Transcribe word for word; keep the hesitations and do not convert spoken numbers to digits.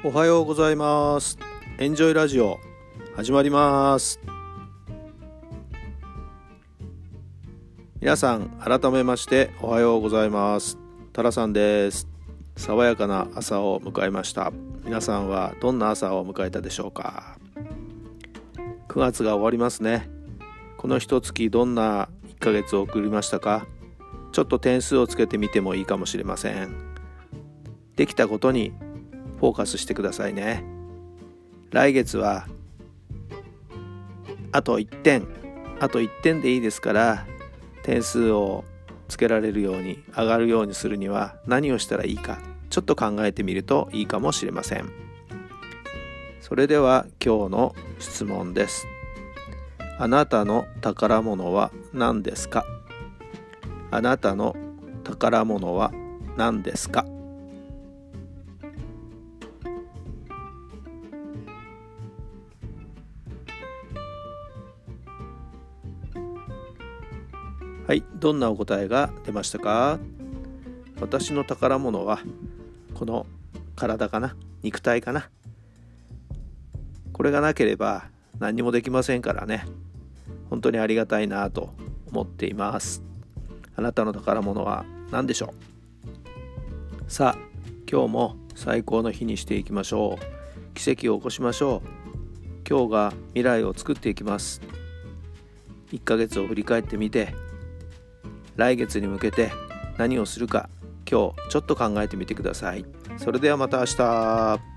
おはようございます。エンジョイラジオ始まります。皆さん改めましておはようございます。タラさんです。爽やかな朝を迎えました。皆さんはどんな朝を迎えたでしょうか。くがつが終わりますね。この一月どんないっかげつを送りましたか。ちょっと点数をつけてみてもいいかもしれません。できたことにフォーカスしてくださいね。来月はあといってんあといってんでいいですから、点数をつけられるように上がるようにするには何をしたらいいか、ちょっと考えてみるといいかもしれません。それでは今日の質問です。あなたの宝物は何ですか。あなたの宝物は何ですか。はい、どんなお答えが出ましたか。私の宝物はこの体かな、肉体かな。これがなければ何にもできませんからね。本当にありがたいなと思っています。あなたの宝物は何でしょう。さあ、今日も最高の日にしていきましょう。奇跡を起こしましょう。今日が未来を作っていきます。いっかげつを振り返ってみて、来月に向けて何をするか、今日ちょっと考えてみてください。それではまた明日。